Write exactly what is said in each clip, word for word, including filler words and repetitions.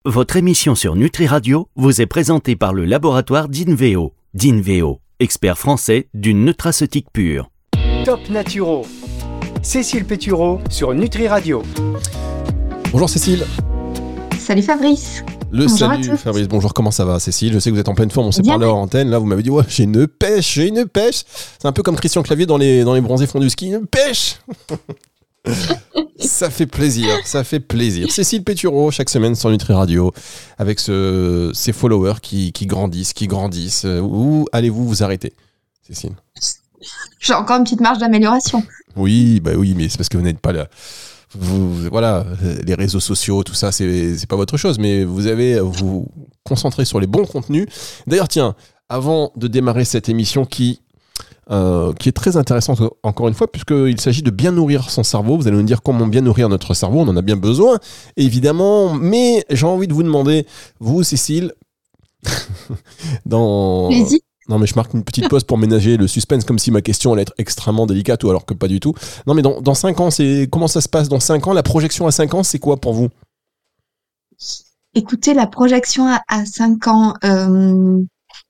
Votre émission sur Nutri Radio vous est présentée par le laboratoire d'Inveo. D'Inveo, expert français d'une nutraceutique pure. Top Naturo. Cécile Pétureau sur Nutri Radio. Bonjour Cécile. Salut Fabrice. Le bonjour salut Fabrice, bonjour, comment ça va Cécile? Je sais que vous êtes en pleine forme, on s'est parlé hors antenne, là vous m'avez dit ouais j'ai une pêche, j'ai une pêche. C'est un peu comme Christian Clavier dans les, dans les bronzés fonds du ski, une pêche. Ça fait plaisir, ça fait plaisir. Cécile Pétureau, chaque semaine sur Nutri Radio, avec ce, ses followers qui, qui grandissent, qui grandissent. Où allez-vous vous arrêter, Cécile? J'ai encore une petite marge d'amélioration. Oui, bah oui, mais c'est parce que vous n'êtes pas là. Vous, voilà, les réseaux sociaux, tout ça, c'est, c'est pas votre chose, mais vous avez vous concentrer sur les bons contenus. D'ailleurs, tiens, avant de démarrer cette émission qui, euh, qui est très intéressante, encore une fois, puisqu'il s'agit de bien nourrir son cerveau, vous allez nous dire comment bien nourrir notre cerveau, on en a bien besoin, évidemment, mais j'ai envie de vous demander, vous, Cécile, dans... Vas-y. Non mais je marque une petite pause pour ménager le suspense comme si ma question allait être extrêmement délicate ou alors que pas du tout. Non mais dans, dans cinq ans, c'est comment ça se passe dans cinq ans? La projection à cinq ans, c'est quoi pour vous? Écoutez, la projection à, à cinq ans, euh...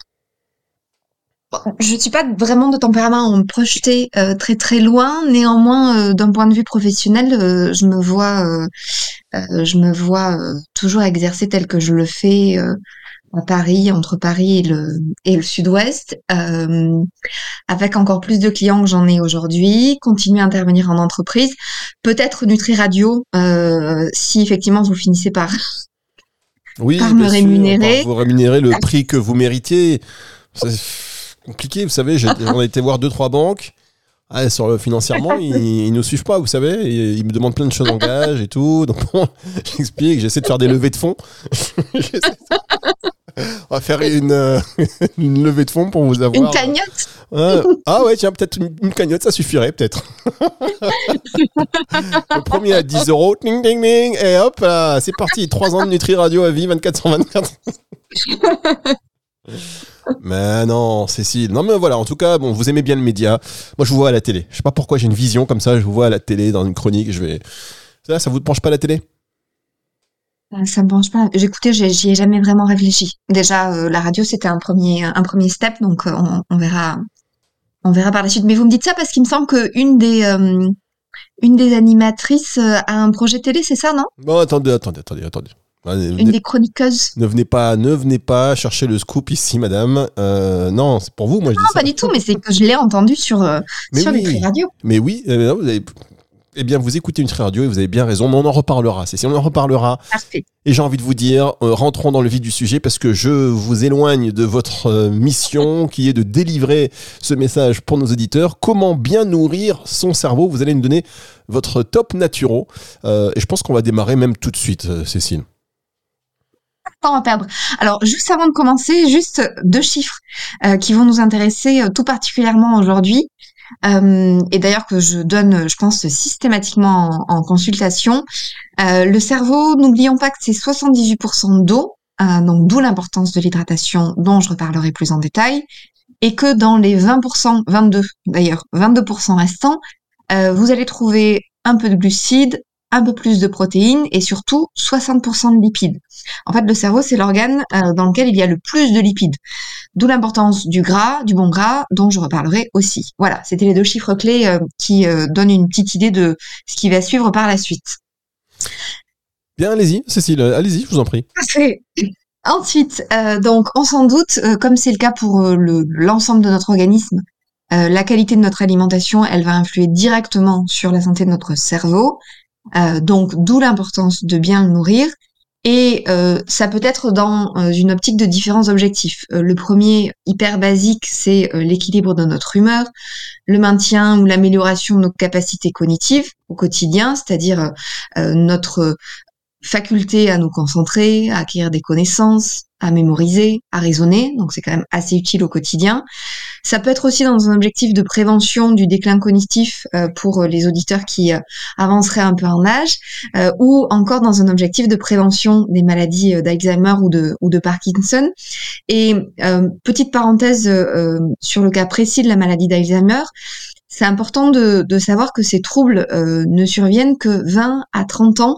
je ne suis pas vraiment de tempérament à me projeter euh, très très loin. Néanmoins, euh, d'un point de vue professionnel, euh, je me vois, euh, euh, je me vois euh, toujours exercer tel que je le fais euh, à Paris, entre Paris et le, et le sud-ouest, euh, avec encore plus de clients que j'en ai aujourd'hui, continuer à intervenir en entreprise, peut-être Nutri Radio, euh, si effectivement vous finissez par, oui, par me rémunérer. Par vous rémunérer le prix que vous méritiez. C'est compliqué, vous savez, j'ai, on a été voir deux, trois banques. Ah, sur le, financièrement, ils, ils nous suivent pas, vous savez, et, ils me demandent plein de choses en gage et tout. Donc bon, j'explique, j'essaie de faire des levées de fonds. On va faire une, euh, une levée de fonds pour vous avoir. Une cagnotte. Euh, ah ouais, tiens, peut-être une, une cagnotte, ça suffirait peut-être. Le premier à dix euros, ding ding ding, et hop, là, c'est parti, trois ans de Nutri Radio à vie, vingt-quatre sur vingt-quatre. Mais non, Cécile. Non, mais voilà, en tout cas, bon, vous aimez bien le média. Moi, je vous vois à la télé. Je sais pas pourquoi j'ai une vision comme ça. Je vous vois à la télé dans une chronique. Je vais. Ça, ça vous penche pas la télé? Ça me penche pas. J'écoutais, j'y ai jamais vraiment réfléchi. Déjà, euh, la radio, c'était un premier, un premier step, donc euh, on, on verra, on verra par la suite. Mais vous me dites ça parce qu'il me semble que une des, euh, une des animatrices euh, a un projet télé, c'est ça, non? Bon, attendez, attendez, attendez, attendez. Une ne, des chroniqueuses. Ne venez pas, ne venez pas chercher le scoop ici, madame. Euh, non, c'est pour vous, moi je non, dis ça. Non, pas du tout, mais c'est que je l'ai entendu sur, euh, sur oui, Nutri Radio. Mais oui, euh, vous avez... eh bien, vous écoutez Nutri Radio et vous avez bien raison, mais on en reparlera. C'est si on en reparlera. Parfait. Et j'ai envie de vous dire, euh, rentrons dans le vif du sujet parce que je vous éloigne de votre euh, mission qui est de délivrer ce message pour nos auditeurs. Comment bien nourrir son cerveau? Vous allez nous donner votre top naturo. Euh, et je pense qu'on va démarrer même tout de suite, euh, Cécile. Temps à perdre. Alors, juste avant de commencer, juste deux chiffres euh, qui vont nous intéresser euh, tout particulièrement aujourd'hui. Euh, et d'ailleurs que je donne, je pense, systématiquement en, en consultation. Euh, le cerveau, n'oublions pas que c'est soixante-dix-huit pour cent d'eau, euh, donc d'où l'importance de l'hydratation dont je reparlerai plus en détail, et que dans les vingt pour cent, vingt-deux d'ailleurs, vingt-deux pour cent restants, euh, vous allez trouver un peu de glucides, un peu plus de protéines et surtout soixante pour cent de lipides. En fait, le cerveau, c'est l'organe euh, dans lequel il y a le plus de lipides. D'où l'importance du gras, du bon gras, dont je reparlerai aussi. Voilà, c'était les deux chiffres clés euh, qui euh, donnent une petite idée de ce qui va suivre par la suite. Bien, allez-y, Cécile, allez-y, je vous en prie. Parfait. Ensuite, euh, donc, on s'en doute, euh, comme c'est le cas pour euh, le, l'ensemble de notre organisme, euh, la qualité de notre alimentation, elle va influer directement sur la santé de notre cerveau. Euh, donc, d'où l'importance de bien le nourrir. Et euh, ça peut être dans euh, une optique de différents objectifs. Euh, le premier, hyper basique, c'est euh, l'équilibre de notre humeur, le maintien ou l'amélioration de nos capacités cognitives au quotidien, c'est-à-dire euh, notre faculté à nous concentrer, à acquérir des connaissances, à mémoriser, à raisonner, donc c'est quand même assez utile au quotidien. Ça peut être aussi dans un objectif de prévention du déclin cognitif euh, pour les auditeurs qui euh, avanceraient un peu en âge, euh, ou encore dans un objectif de prévention des maladies euh, d'Alzheimer ou de, ou de Parkinson. Et euh, petite parenthèse euh, sur le cas précis de la maladie d'Alzheimer, c'est important de, de savoir que ces troubles euh, ne surviennent que vingt à trente ans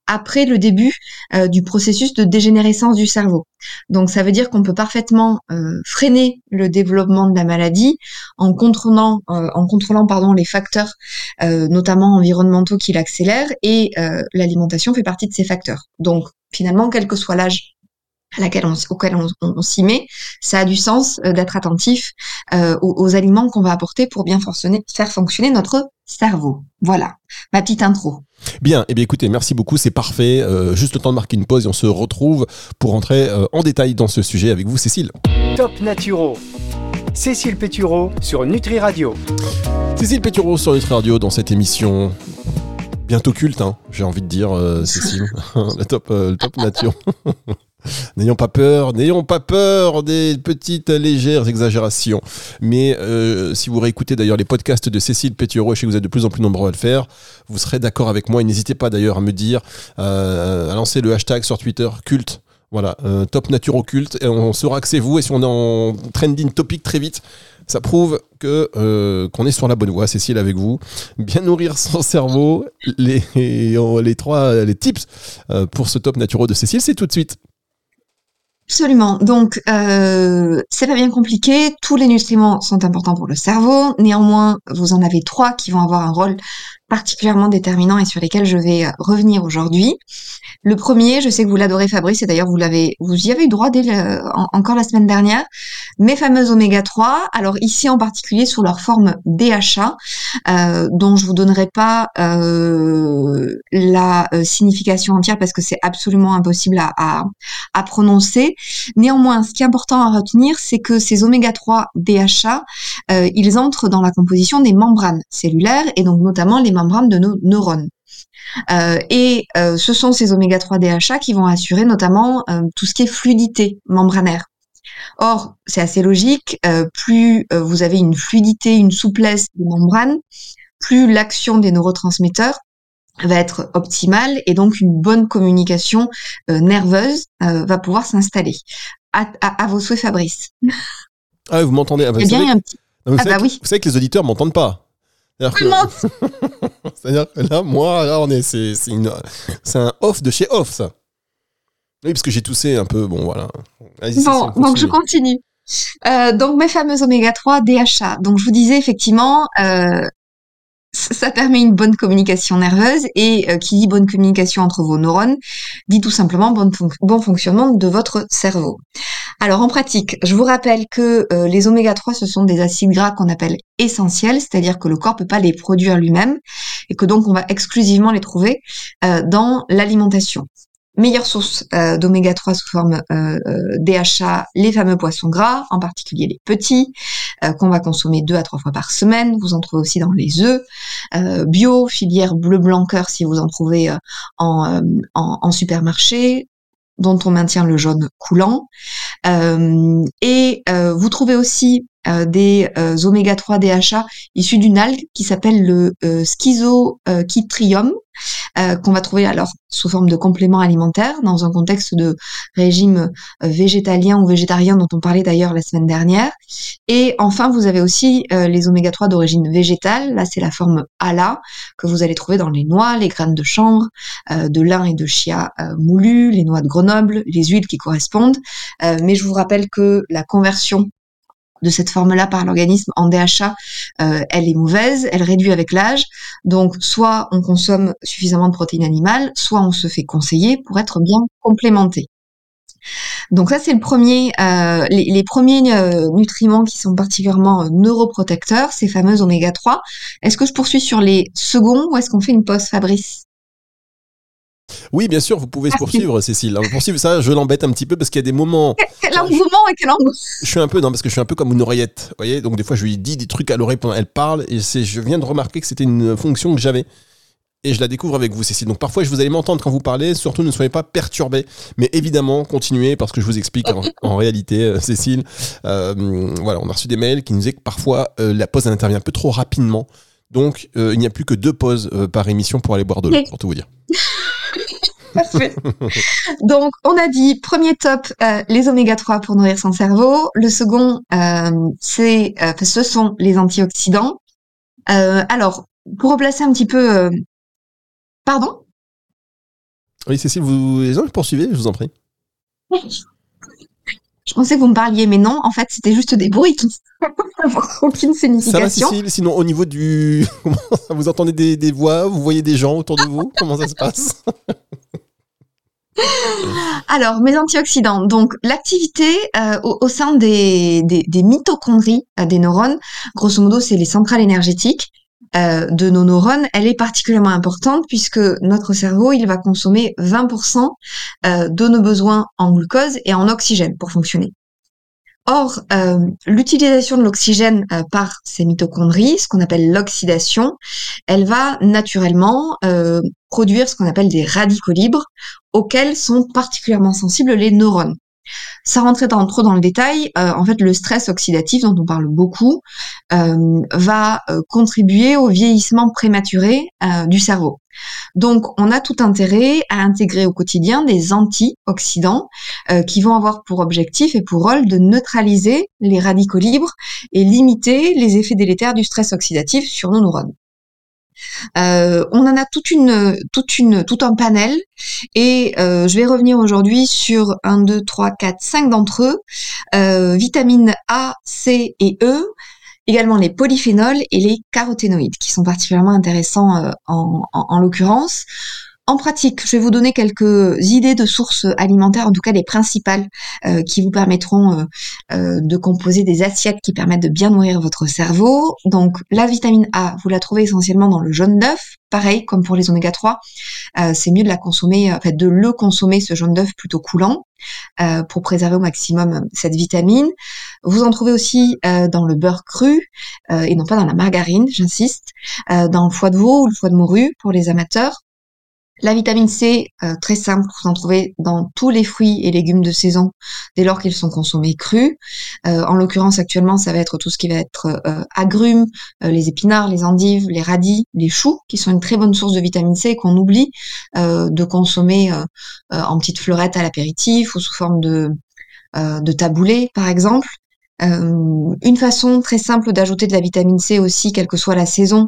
après le début euh, du processus de dégénérescence du cerveau. Donc ça veut dire qu'on peut parfaitement euh, freiner le développement de la maladie en contrôlant, euh, en contrôlant pardon, les facteurs, euh, notamment environnementaux qui l'accélèrent, et euh, l'alimentation fait partie de ces facteurs. Donc finalement, quel que soit l'âge à laquelle on, auquel on, on, on s'y met, ça a du sens euh, d'être attentif euh, aux, aux aliments qu'on va apporter pour bien fonctionner, faire fonctionner notre cerveau. Voilà, ma petite intro. Bien, eh bien écoutez, merci beaucoup, c'est parfait. Euh, juste le temps de marquer une pause et on se retrouve pour rentrer euh, en détail dans ce sujet avec vous, Cécile. Top Naturo. Cécile Pétureau sur Nutri Radio. Cécile Pétureau sur Nutri Radio dans cette émission bientôt culte, hein, j'ai envie de dire, euh, Cécile. le top, euh, le top nature. N'ayons pas peur, n'ayons pas peur des petites légères exagérations. Mais euh, si vous réécoutez d'ailleurs les podcasts de Cécile Pétureau, je sais que vous êtes de plus en plus nombreux à le faire, vous serez d'accord avec moi. Et n'hésitez pas d'ailleurs à me dire, euh, à lancer le hashtag sur Twitter, culte. Voilà, euh, top nature occulte, et on saura que c'est vous. Et si on est en trending topic très vite, ça prouve que euh, qu'on est sur la bonne voie. Cécile, avec vous, bien nourrir son cerveau. Les, les trois les tips euh, pour ce top naturo de Cécile, c'est tout de suite. Absolument. Donc, euh, c'est pas bien compliqué. Tous les nutriments sont importants pour le cerveau. Néanmoins, vous en avez trois qui vont avoir un rôle particulièrement déterminant et sur lesquels je vais revenir aujourd'hui. Le premier, je sais que vous l'adorez, Fabrice, et d'ailleurs vous l'avez, vous y avez eu droit dès le, en, encore la semaine dernière, mes fameuses oméga trois. Alors ici en particulier sous leur forme D H A, euh, dont je vous donnerai pas euh, la euh, signification entière parce que c'est absolument impossible à, à, à prononcer. Néanmoins, ce qui est important à retenir, c'est que ces oméga trois D H A, euh, ils entrent dans la composition des membranes cellulaires et donc notamment les membranes de nos neurones. Euh, et euh, ce sont ces oméga trois D H A qui vont assurer notamment euh, tout ce qui est fluidité membranaire. Or, c'est assez logique, euh, plus euh, vous avez une fluidité, une souplesse des membranes, plus l'action des neurotransmetteurs va être optimale et donc une bonne communication euh, nerveuse euh, va pouvoir s'installer. À, à, à vos souhaits, Fabrice. Ah, vous m'entendez? Ah, bah, Eh bien, il y a un petit... non, ah bah que, oui. Vous savez que les auditeurs m'entendent pas. C'est-à-dire que, c'est-à-dire que là, moi, là, on est, c'est, c'est, une, c'est un off de chez off, ça. Oui, parce que j'ai toussé un peu, bon, voilà. Allez, bon, donc je continue. Euh, donc, mes fameuses oméga trois D H A. Donc, je vous disais, effectivement, euh, ça permet une bonne communication nerveuse et euh, qui dit bonne communication entre vos neurones, dit tout simplement bon, fon- bon fonctionnement de votre cerveau. Alors en pratique, je vous rappelle que euh, les oméga trois, ce sont des acides gras qu'on appelle essentiels, c'est-à-dire que le corps peut pas les produire lui-même et que donc on va exclusivement les trouver euh, dans l'alimentation. Meilleure source euh, d'oméga trois sous forme euh, euh, D H A, les fameux poissons gras, en particulier les petits, euh, qu'on va consommer deux à trois fois par semaine. Vous en trouvez aussi dans les œufs, euh, bio, filière bleu blanc cœur si vous en trouvez euh, en, euh, en, en supermarché, dont on maintient le jaune coulant. Euh, et euh, vous trouvez aussi euh, des euh, oméga trois D H A issus d'une algue qui s'appelle le euh, Schizochytrium, euh, qu'on va trouver alors sous forme de complément alimentaire dans un contexte de régime euh, végétalien ou végétarien dont on parlait d'ailleurs la semaine dernière. Et enfin, vous avez aussi euh, les oméga trois d'origine végétale. Là, c'est la forme A L A que vous allez trouver dans les noix, les graines de chanvre, euh, de lin et de chia euh, moulus, les noix de Grenoble, les huiles qui correspondent. Euh, mais je vous rappelle que la conversion de cette forme-là par l'organisme en D H A, euh, elle est mauvaise, elle réduit avec l'âge. Donc, soit on consomme suffisamment de protéines animales, soit on se fait conseiller pour être bien complémenté. Donc ça, c'est le premier, euh, les, les premiers euh, nutriments qui sont particulièrement euh, neuroprotecteurs, ces fameux oméga trois. Est-ce que je poursuis sur les seconds ou est-ce qu'on fait une pause, Fabrice ? Oui, bien sûr, vous pouvez se poursuivre, Cécile. Poursuivre ça, je l'embête un petit peu parce qu'il y a des moments. Quel engouement et quel angoisse. Je suis un peu, non, parce que je suis un peu comme une oreillette, vous voyez. Donc des fois, je lui dis des trucs à l'oreille pendant qu'elle parle, et c'est, je viens de remarquer que c'était une fonction que j'avais, et je la découvre avec vous, Cécile. Donc parfois, je vous allez m'entendre quand vous parlez. Surtout, ne soyez pas perturbés, mais évidemment, continuez parce que je vous explique en, en réalité, euh, Cécile. Euh, voilà, on a reçu des mails qui nous disaient que parfois euh, la pause elle intervient un peu trop rapidement. Donc euh, il n'y a plus que deux pauses euh, par émission pour aller boire de l'eau, pour tout vous dire. Parfait. Donc, on a dit, premier top, euh, les oméga trois pour nourrir son cerveau. Le second, euh, c'est, euh, ce sont les antioxydants. Euh, alors, pour replacer un petit peu... Euh... Pardon ? Oui, Cécile, vous les gens poursuivez, je vous en prie. Je pensais que vous me parliez, mais non, en fait, c'était juste des bruits qui n'ont aucune signification. Ça va, Cécile? Sinon, au niveau du... Comment ça, vous entendez des, des voix? Vous voyez des gens autour de vous? Comment ça se passe? Alors, mes antioxydants. Donc, l'activité euh, au, au sein des, des, des mitochondries euh, des neurones, grosso modo, c'est les centrales énergétiques euh, de nos neurones. Elle est particulièrement importante puisque notre cerveau, il va consommer vingt pour cent euh, de nos besoins en glucose et en oxygène pour fonctionner. Or, euh, l'utilisation de l'oxygène euh, par ces mitochondries, ce qu'on appelle l'oxydation, elle va naturellement euh, produire ce qu'on appelle des radicaux libres, auxquels sont particulièrement sensibles les neurones. Sans rentrer dans, trop dans le détail, euh, en fait, le stress oxydatif, dont on parle beaucoup, euh, va euh, contribuer au vieillissement prématuré euh, du cerveau. Donc, on a tout intérêt à intégrer au quotidien des antioxydants euh, qui vont avoir pour objectif et pour rôle de neutraliser les radicaux libres et limiter les effets délétères du stress oxydatif sur nos neurones. Euh, on en a toute une, toute une, tout un panel et euh, je vais revenir aujourd'hui sur un, deux, trois, quatre, cinq d'entre eux. Euh, vitamines A, C et E, également les polyphénols et les caroténoïdes qui sont particulièrement intéressants euh, en, en, en l'occurrence. En pratique, je vais vous donner quelques idées de sources alimentaires, en tout cas les principales, euh, qui vous permettront euh, euh, de composer des assiettes qui permettent de bien nourrir votre cerveau. Donc la vitamine A, vous la trouvez essentiellement dans le jaune d'œuf. Pareil, comme pour les oméga trois, euh, c'est mieux de la consommer, en fait, de le consommer, ce jaune d'œuf plutôt coulant, euh, pour préserver au maximum cette vitamine. Vous en trouvez aussi euh, dans le beurre cru, euh, et non pas dans la margarine, j'insiste, euh, dans le foie de veau ou le foie de morue pour les amateurs. La vitamine C, euh, très simple, vous en trouvez dans tous les fruits et légumes de saison dès lors qu'ils sont consommés crus. Euh, en l'occurrence, actuellement, ça va être tout ce qui va être euh, agrumes, euh, les épinards, les endives, les radis, les choux, qui sont une très bonne source de vitamine C et qu'on oublie euh, de consommer euh, euh, en petites fleurettes à l'apéritif ou sous forme de, euh, de taboulé, par exemple. Euh, une façon très simple d'ajouter de la vitamine C aussi, quelle que soit la saison,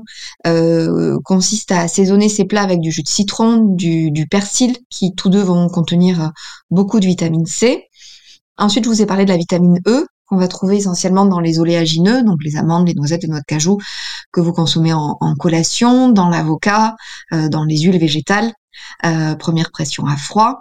euh, consiste à assaisonner ses plats avec du jus de citron, du, du persil, qui tous deux vont contenir beaucoup de vitamine C. Ensuite, je vous ai parlé de la vitamine E, qu'on va trouver essentiellement dans les oléagineux, donc les amandes, les noisettes, les noix de cajou, que vous consommez en, en collation, dans l'avocat, euh, dans les huiles végétales, euh, première pression à froid.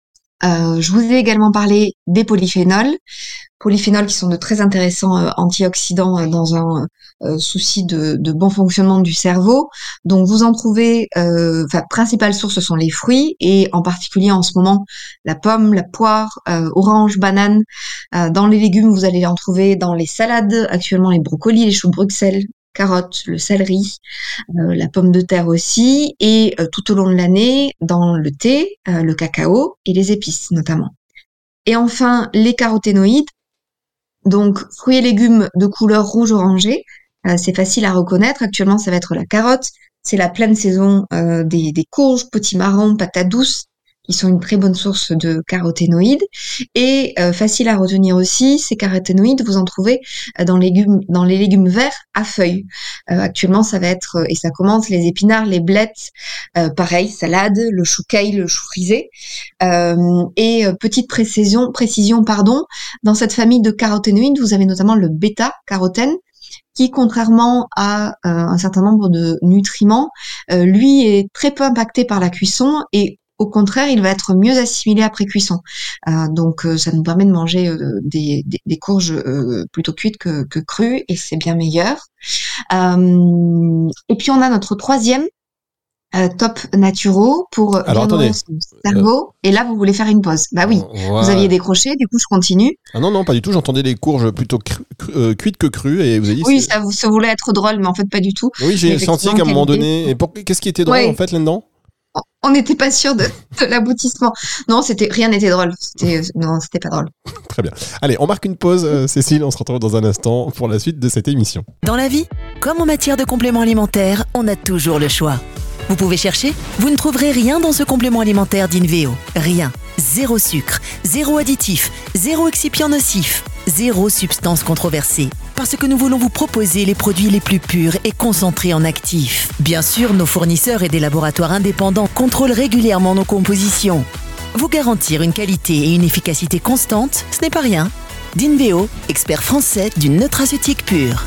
Euh, je vous ai également parlé des polyphénols, polyphénols qui sont de très intéressants euh, antioxydants euh, dans un euh, souci de, de bon fonctionnement du cerveau. Donc vous en trouvez, euh, enfin, principale source ce sont les fruits et en particulier en ce moment la pomme, la poire, euh, orange, banane. Euh, dans les légumes vous allez en trouver dans les salades, actuellement les brocolis, les choux de Bruxelles, carottes, le céleri, euh, la pomme de terre aussi, et euh, tout au long de l'année, dans le thé, euh, le cacao et les épices notamment. Et enfin, les caroténoïdes, donc fruits et légumes de couleur rouge-orangé, euh, c'est facile à reconnaître, actuellement ça va être la carotte, c'est la pleine saison euh, des, des courges, potimarrons, patates douces, qui sont une très bonne source de caroténoïdes. Et euh, facile à retenir aussi, ces caroténoïdes, vous en trouvez euh, dans, les légumes, dans les légumes verts à feuilles. Euh, actuellement, ça va être, et ça commence, les épinards, les blettes, euh, pareil, salade, le chou kale, le chou frisé. Euh, et euh, petite précision, précision, pardon, dans cette famille de caroténoïdes, vous avez notamment le bêta-carotène, qui, contrairement à euh, un certain nombre de nutriments, euh, lui est très peu impacté par la cuisson et au contraire, il va être mieux assimilé après cuisson. Euh, donc, euh, ça nous permet de manger euh, des, des, des courges euh, plutôt cuites que, que crues, et c'est bien meilleur. Euh, et puis, on a notre troisième euh, top naturaux pour Alors, bien nourrir son cerveau. Euh... Et là, vous voulez faire une pause. Bah oui, ouais. Vous aviez décroché, du coup, je continue. Ah non, non, pas du tout. J'entendais les courges plutôt cru, cru, euh, cuites que crues. Et vous avez dit, oui, ça, ça voulait être drôle, mais en fait, pas du tout. Oui, j'ai senti qu'à un moment donné... Et pour... Qu'est-ce qui était drôle, ouais. en fait, là-dedans? On n'était pas sûr de, de l'aboutissement. Non, c'était rien n'était drôle. C'était, non, c'était pas drôle. Très bien. Allez, on marque une pause, euh, Cécile. On se retrouve dans un instant pour la suite de cette émission. Dans la vie, comme en matière de compléments alimentaires, on a toujours le choix. Vous pouvez chercher, vous ne trouverez rien dans ce complément alimentaire d'Inveo. Rien. Zéro sucre, zéro additif, zéro excipient nocif, zéro substance controversée. parce que nous voulons vous proposer les produits les plus purs et concentrés en actifs. Bien sûr, nos fournisseurs et des laboratoires indépendants contrôlent régulièrement nos compositions. Vous garantir une qualité et une efficacité constantes, ce n'est pas rien. Dinveo, expert français du nutraceutique pur.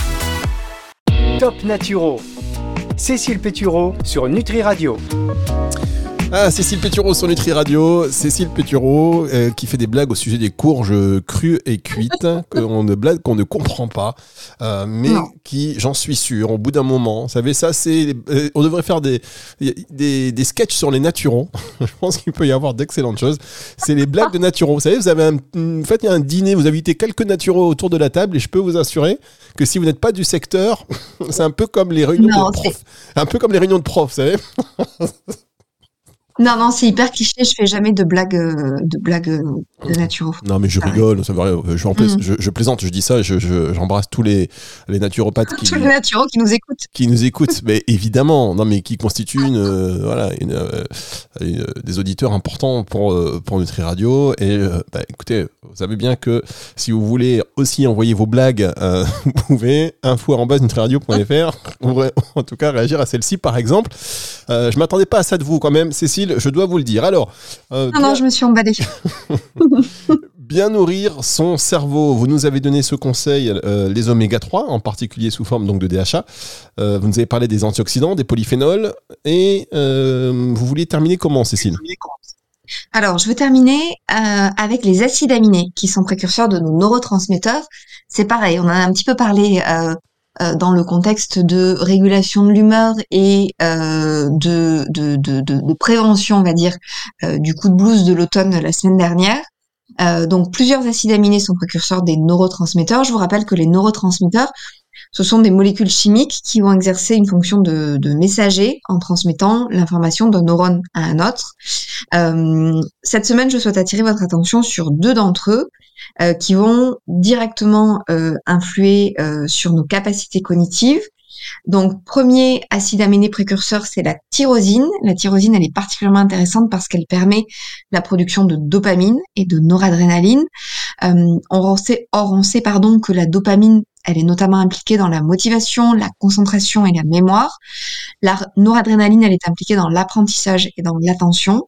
Top Naturo. Cécile Pétureau sur Nutri Radio. Ah, Cécile Pétureau sur Nutri Radio. Cécile Pétureau euh, qui fait des blagues au sujet des courges crues et cuites, qu'on ne blague, qu'on ne comprend pas, euh, mais non. qui, j'en suis sûr, au bout d'un moment, vous savez, ça, c'est, euh, on devrait faire des, des, des sketchs sur les naturaux. Je pense qu'il peut y avoir d'excellentes choses. C'est les blagues de naturaux. Vous savez, vous avez un, vous faites un dîner, vous invitez quelques naturaux autour de la table, et je peux vous assurer que si vous n'êtes pas du secteur, c'est un peu comme les réunions non, de profs. C'est... Un peu comme les réunions de profs, vous savez. Non, non, c'est hyper cliché. Je fais jamais de blagues, euh, de blagues euh, de naturaux. Non, mais je ah, rigole. Ouais. Ça va, je, mmh. je, je plaisante. Je dis ça. Je, je, j'embrasse tous les, les naturopathes qui tous les naturaux qui nous écoutent. Qui nous écoutent, mais évidemment. Non, mais qui constituent une, euh, voilà, une, euh, une, euh, des auditeurs importants pour euh, pour Nutri Radio. Et euh, bah, écoutez, vous savez bien que si vous voulez aussi envoyer vos blagues, euh, vous pouvez info arobase nutriradio point f r. Ou en tout cas réagir à celle-ci, par exemple. Euh, je m'attendais pas à ça de vous, quand même, Cécile. Je dois vous le dire. Alors, euh, non, bien... non, je me suis emballée. Bien nourrir son cerveau. Vous nous avez donné ce conseil, euh, les oméga trois, en particulier sous forme donc de D H A. Euh, vous nous avez parlé des antioxydants, des polyphénols. Et euh, vous vouliez terminer comment, Cécile ? Alors, je veux terminer euh, avec les acides aminés, qui sont précurseurs de nos neurotransmetteurs. C'est pareil, on en a un petit peu parlé euh, dans le contexte de régulation de l'humeur et euh, de, de, de, de, de prévention, on va dire, euh, du coup de blues de l'automne la semaine dernière. Euh, donc, plusieurs acides aminés sont précurseurs des neurotransmetteurs. Je vous rappelle que les neurotransmetteurs, ce sont des molécules chimiques qui vont exercer une fonction de, de messager en transmettant l'information d'un neurone à un autre. Euh, cette semaine, je souhaite attirer votre attention sur deux d'entre eux euh, qui vont directement euh, influer euh, sur nos capacités cognitives. Donc, premier acide aminé précurseur, c'est la tyrosine. La tyrosine, elle est particulièrement intéressante parce qu'elle permet la production de dopamine et de noradrénaline. Euh, on sait, or, on sait pardon, que la dopamine, elle est notamment impliquée dans la motivation, la concentration et la mémoire. La noradrénaline, elle est impliquée dans l'apprentissage et dans l'attention.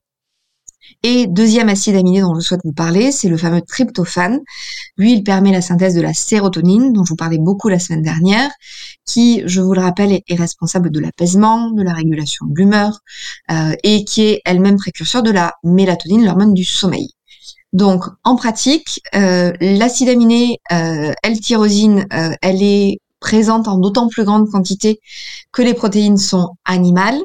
Et deuxième acide aminé dont je souhaite vous parler, c'est le fameux tryptophane. Lui, il permet la synthèse de la sérotonine, dont je vous parlais beaucoup la semaine dernière, qui, je vous le rappelle, est responsable de l'apaisement, de la régulation de l'humeur, euh, et qui est elle-même précurseur de la mélatonine, l'hormone du sommeil. Donc, en pratique, euh, l'acide aminé euh, L-tyrosine, euh, elle est présente en d'autant plus grande quantité que les protéines sont animales.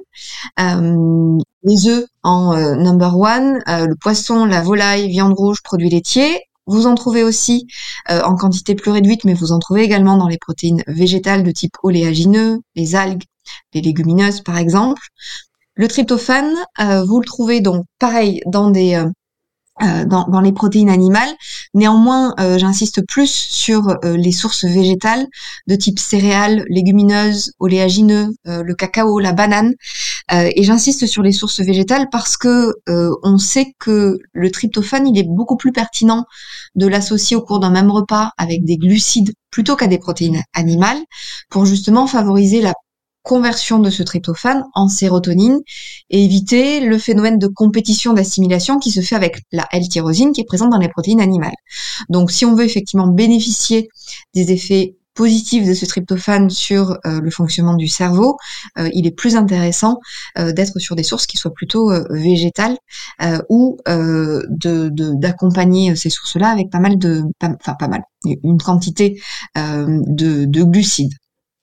Euh, les œufs en euh, number one, euh, le poisson, la volaille, viande rouge, produits laitiers. Vous en trouvez aussi euh, en quantité plus réduite, mais vous en trouvez également dans les protéines végétales de type oléagineux, les algues, les légumineuses par exemple. Le tryptophane, euh, vous le trouvez donc pareil dans des... Euh, Euh, dans, dans les protéines animales. Néanmoins, euh, j'insiste plus sur euh, les sources végétales de type céréales, légumineuses, oléagineux, euh, le cacao, la banane. Euh, et j'insiste sur les sources végétales parce que euh, on sait que le tryptophane, il est beaucoup plus pertinent de l'associer au cours d'un même repas avec des glucides plutôt qu'à des protéines animales pour justement favoriser la conversion de ce tryptophane en sérotonine et éviter le phénomène de compétition d'assimilation qui se fait avec la L-tyrosine qui est présente dans les protéines animales. Donc, si on veut effectivement bénéficier des effets positifs de ce tryptophane sur euh, le fonctionnement du cerveau, euh, il est plus intéressant euh, d'être sur des sources qui soient plutôt euh, végétales euh, ou euh, de, de, d'accompagner ces sources-là avec pas mal de, pas, enfin pas mal, une quantité euh, de, de glucides.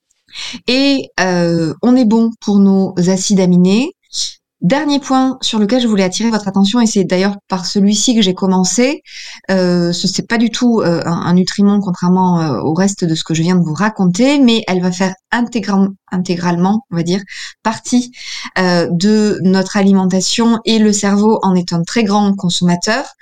Et euh, on est bon pour nos acides aminés. Dernier point sur lequel je voulais attirer votre attention, et c'est d'ailleurs par celui-ci que j'ai commencé, euh, ce c'est pas du tout euh, un, un nutriment contrairement euh, au reste de ce que je viens de vous raconter, mais elle va faire intégralement, intégralement on va dire, partie euh, de notre alimentation et le cerveau en est un très grand consommateur,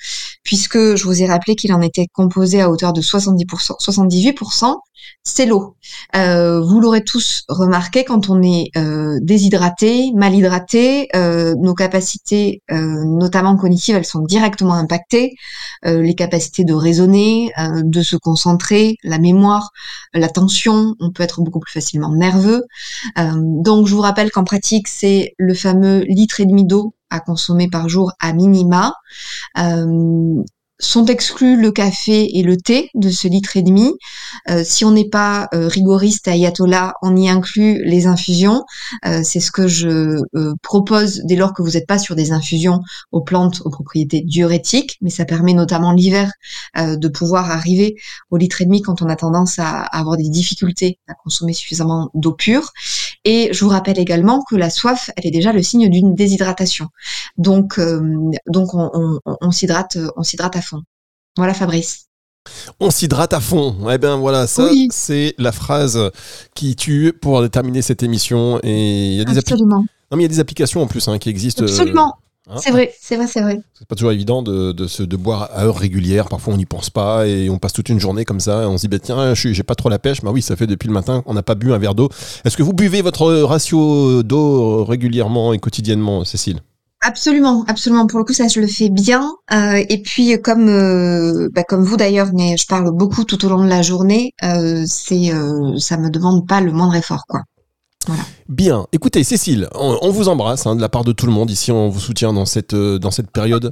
puisque je vous ai rappelé qu'il en était composé à hauteur de soixante-dix pour cent, soixante-dix-huit pour cent, c'est l'eau. Euh, vous l'aurez tous remarqué, quand on est euh, déshydraté, mal hydraté, euh, nos capacités, euh, notamment cognitives, elles sont directement impactées. Euh, les capacités de raisonner, euh, de se concentrer, la mémoire, l'attention, on peut être beaucoup plus facilement nerveux. Euh, donc je vous rappelle qu'en pratique, c'est le fameux litre et demi d'eau à consommer par jour à minima. Euh, sont exclus le café et le thé de ce litre et demi. Euh, si on n'est pas euh, rigoriste à ayatollah, on y inclut les infusions. Euh, c'est ce que je euh, propose dès lors que vous n'êtes pas sur des infusions aux plantes aux propriétés diurétiques, mais ça permet notamment l'hiver euh, de pouvoir arriver au litre et demi quand on a tendance à, à avoir des difficultés à consommer suffisamment d'eau pure. Et je vous rappelle également que la soif, elle est déjà le signe d'une déshydratation. Donc, euh, donc on, on, on s'hydrate, on s'hydrate à fond. Voilà, Fabrice. On s'hydrate à fond. Eh bien voilà, ça oui. C'est la phrase qui tue pour terminer cette émission. Et il y a des Absolument. Appli- non, mais il y a des applications en plus hein, qui existent. Absolument. Euh... Hein c'est vrai, c'est vrai, c'est vrai. C'est pas toujours évident de, de, se, de boire à heure régulière. Parfois, on n'y pense pas et on passe toute une journée comme ça. Et on se dit, bah, tiens, je suis, j'ai pas trop la pêche. Bah oui, ça fait depuis le matin qu'on n'a pas bu un verre d'eau. Est-ce que vous buvez votre ratio d'eau régulièrement et quotidiennement, Cécile ? Absolument, absolument. Pour le coup, ça, je le fais bien. Euh, et puis, comme euh, bah, comme vous d'ailleurs, mais je parle beaucoup tout au long de la journée. Euh, c'est, euh, ça me demande pas le moindre effort, quoi. Voilà. Bien. Écoutez, Cécile, on, on vous embrasse hein, de la part de tout le monde ici. On vous soutient dans cette euh, dans cette période.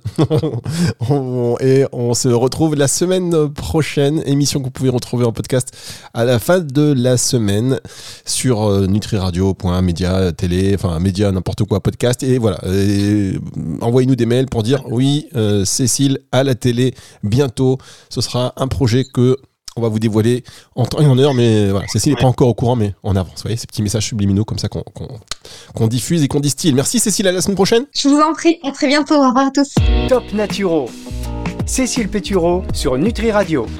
on, et on se retrouve la semaine prochaine. Émission que vous pouvez retrouver en podcast à la fin de la semaine sur euh, nutriradio point media télé, enfin média n'importe quoi podcast. Et voilà. Et, envoyez-nous des mails pour dire oui, euh, Cécile à la télé bientôt. Ce sera un projet que on va vous dévoiler en temps et en heure, mais voilà, Cécile n'est pas encore au courant, mais on avance. Vous voyez, ces petits messages subliminaux comme ça qu'on, qu'on, qu'on diffuse et qu'on distille. Merci Cécile, à la semaine prochaine. Je vous en prie, à très bientôt, au revoir à tous. Top Naturo, Cécile Pétureau sur Nutri Radio.